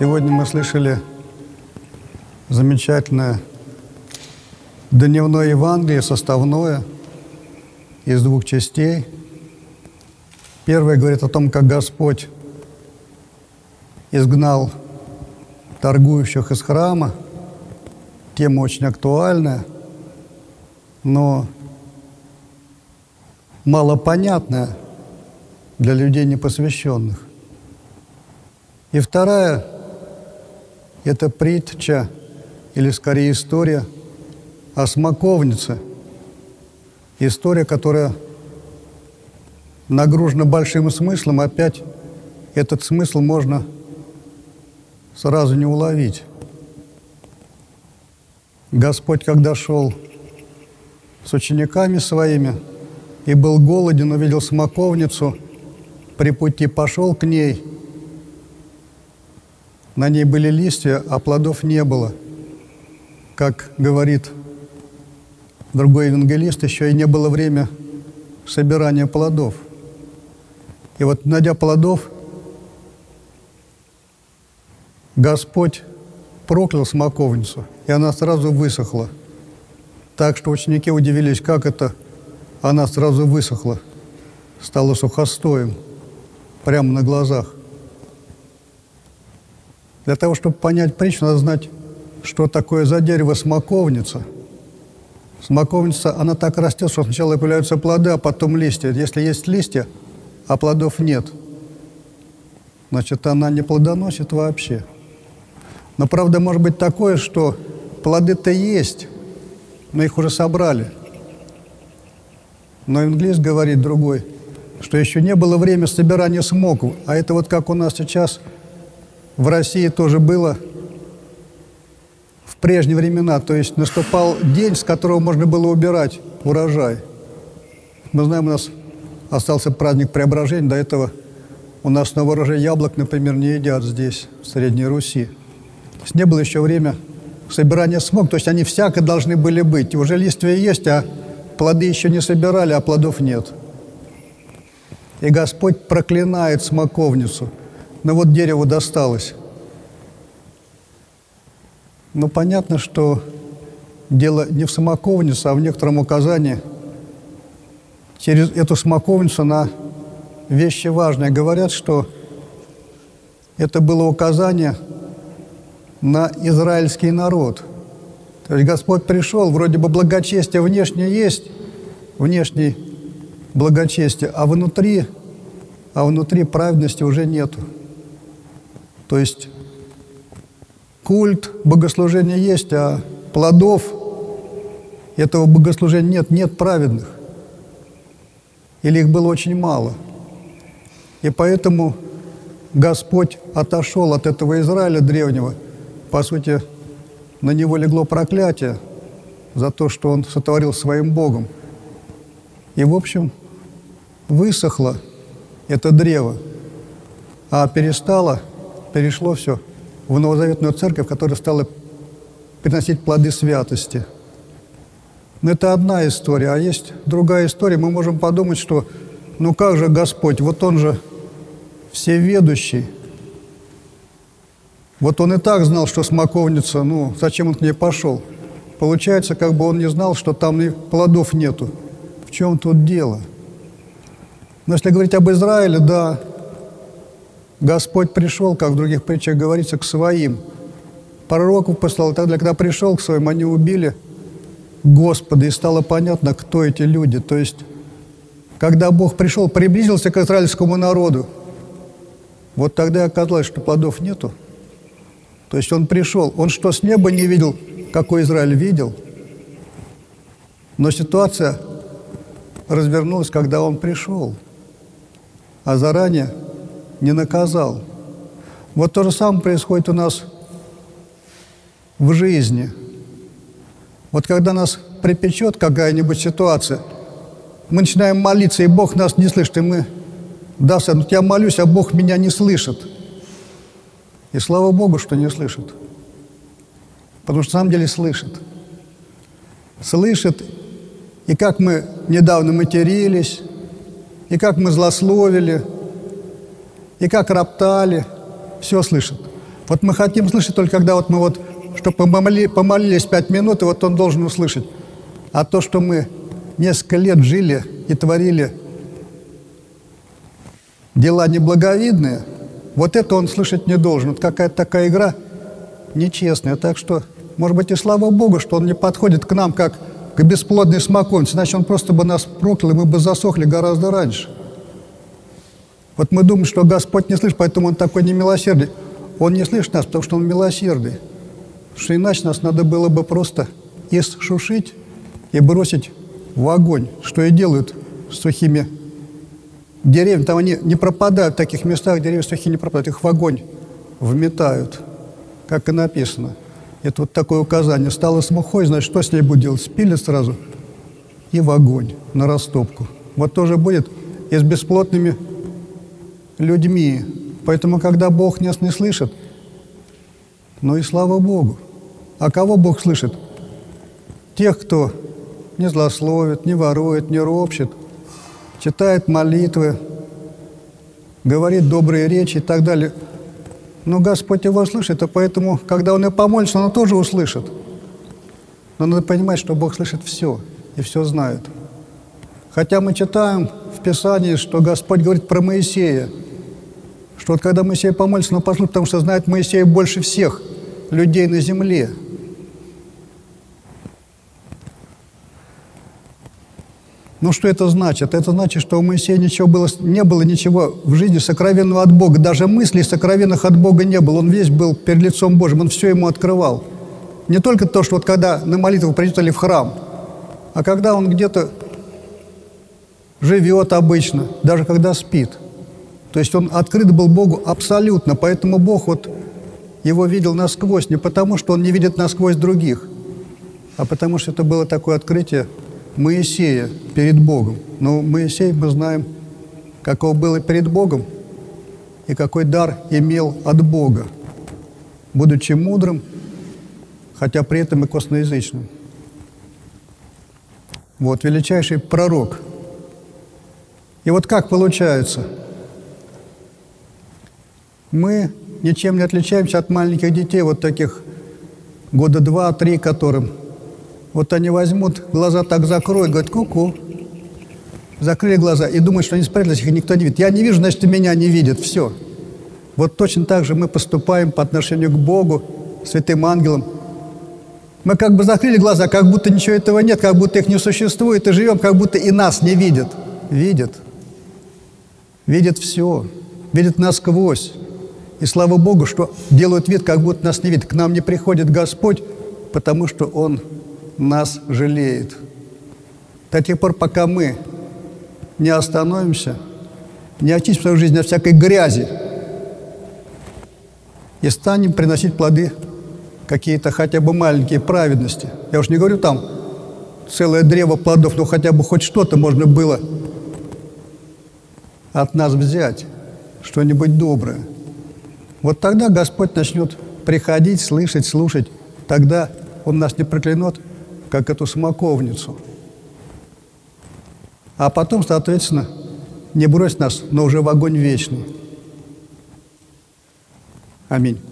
Сегодня мы слышали замечательное дневное Евангелие, составное, из двух частей. Первое говорит о том, как Господь изгнал торгующих из храма. Тема очень актуальная, но малопонятная для людей непосвященных. И вторая – это притча, или скорее история о смоковнице. История, которая нагружена большим смыслом. Опять этот смысл можно сразу не уловить. Господь, когда шел с учениками своими и был голоден, увидел смоковницу, при пути пошел к ней. На ней были листья, а плодов не было. Как говорит другой евангелист, еще и не было время собирания плодов. И вот, найдя плодов, Господь проклял смоковницу, и она сразу высохла. Так что ученики удивились, как это она сразу высохла, стала сухостоем прямо на глазах. Для того, чтобы понять притчу, надо знать, что такое за дерево смоковница. Смоковница, она так растет, что сначала появляются плоды, а потом листья. Если есть листья, а плодов нет, значит, она не плодоносит вообще. Но, правда, может быть такое, что плоды-то есть, но их уже собрали. Но евангелист говорит другой, что еще не было времени собирания смоков. А это вот как у нас сейчас в России тоже было в прежние времена. То есть наступал день, с которого можно было убирать урожай. Мы знаем, у нас остался праздник Преображения. До этого у нас на урожай яблок, например, не едят здесь, в Средней Руси. То есть не было еще время собирания смок. То есть они всяко должны были быть. И уже листья есть, а плоды еще не собирали, а плодов нет. И Господь проклинает смоковницу. Но вот дереву досталось. Но понятно, что дело не в смоковнице, а в некотором указании через эту смоковницу на вещи важные. Говорят, что это было указание на израильский народ. То есть Господь пришел, вроде бы благочестие внешне есть, внешнее благочестие, а внутри праведности уже нету. То есть культ, богослужение есть, а плодов этого богослужения нет праведных. Или их было очень мало. И поэтому Господь отошел от этого Израиля древнего. По сути, на него легло проклятие за то, что он сотворил своим Богом. И, в общем, высохло это древо, а перешло все в новозаветную церковь, которая стала приносить плоды святости. Но это одна история, а есть другая история. Мы можем подумать, что ну как же Господь, вот Он же всеведущий. Вот Он и так знал, что смоковница, ну зачем Он к ней пошел? Получается, как бы Он не знал, что там и плодов нету. В чем тут дело? Но если говорить об Израиле, да, Господь пришел, как в других притчах говорится, к своим. Пророков послал, тогда, когда пришел к своим, они убили Господа, и стало понятно, кто эти люди. То есть, когда Бог пришел, приблизился к израильскому народу, вот тогда оказалось, что плодов нету. То есть Он пришел, Он что, с неба не видел, какой Израиль видел? Но ситуация развернулась, когда Он пришел, а заранее не наказал. Вот то же самое происходит у нас в жизни. Вот когда нас припечет какая-нибудь ситуация, мы начинаем молиться, и Бог нас не слышит, и мы, да, ну я молюсь, а Бог меня не слышит. И слава Богу, что не слышит. Потому что на самом деле слышит. Слышит, и как мы недавно матерились, и как мы злословили, и как роптали, все слышит. Вот мы хотим слышать только когда вот мы вот, чтобы мы помолились 5 минут, и вот Он должен услышать. А то, что мы несколько лет жили и творили дела неблаговидные, вот это Он слышать не должен. Вот какая-то такая игра нечестная. Так что, может быть, и слава Богу, что Он не подходит к нам, как к бесплодной смоковнице, иначе Он просто бы нас проклял, и мы бы засохли гораздо раньше. Вот мы думаем, что Господь не слышит, поэтому Он такой немилосердный. Он не слышит нас, потому что Он милосердный. Потому что иначе нас надо было бы просто иссушить и бросить в огонь, что и делают с сухими деревьями. Там они не пропадают в таких местах, деревья сухие не пропадают, их в огонь вметают, как и написано. Это вот такое указание. Стало смухой, значит, что с ней будет делать? Спилит сразу и в огонь, на растопку. Вот тоже будет и с бесплотными людьми. Поэтому, когда Бог нас не слышит, ну и слава Богу. А кого Бог слышит? Тех, кто не злословит, не ворует, не ропщет, читает молитвы, говорит добрые речи и так далее. Но Господь его слышит, и поэтому, когда он и помолится, он тоже услышит. Но надо понимать, что Бог слышит все и все знает. Хотя мы читаем в Писании, что Господь говорит про Моисея, что вот когда Моисей помолится, он послушает, потому что знает Моисея больше всех людей на земле. Ну, что это значит? Это значит, что у Моисея не было ничего в жизни сокровенного от Бога. Даже мыслей сокровенных от Бога не было. Он весь был перед лицом Божьим, он все ему открывал. Не только то, что вот когда на молитву придет или в храм, а когда он где-то живет обычно, даже когда спит. То есть он открыт был Богу абсолютно. Поэтому Бог вот его видел насквозь. Не потому, что он не видит насквозь других, а потому, что это было такое открытие Моисея перед Богом. Но Моисей, мы знаем, каков был и перед Богом, и какой дар имел от Бога, будучи мудрым, хотя при этом и косноязычным. Вот, величайший пророк. И вот как получается? Мы ничем не отличаемся от маленьких детей, вот таких года 2-3, которым вот они возьмут, глаза так закроют, говорят, ку-ку. Закрыли глаза и думают, что они спрятались, их никто не видит. Я не вижу, значит, и меня не видят. Все. Вот точно так же мы поступаем по отношению к Богу, святым ангелам. Мы как бы закрыли глаза, как будто ничего этого нет, как будто их не существует, и живем, как будто и нас не видят. Видят. Видят все. Видят насквозь. И слава Богу, что делают вид, как будто нас не видят. К нам не приходит Господь, потому что Он нас жалеет. До тех пор, пока мы не остановимся, не очистим свою жизнь от всякой грязи и станем приносить плоды какие-то хотя бы маленькие праведности. Я уж не говорю там целое древо плодов, но хотя бы хоть что-то можно было от нас взять, что-нибудь доброе. Вот тогда Господь начнет приходить, слышать, слушать. Тогда Он нас не проклянет, как эту смоковницу. А потом, соответственно, не бросит нас, но уже в огонь вечный. Аминь.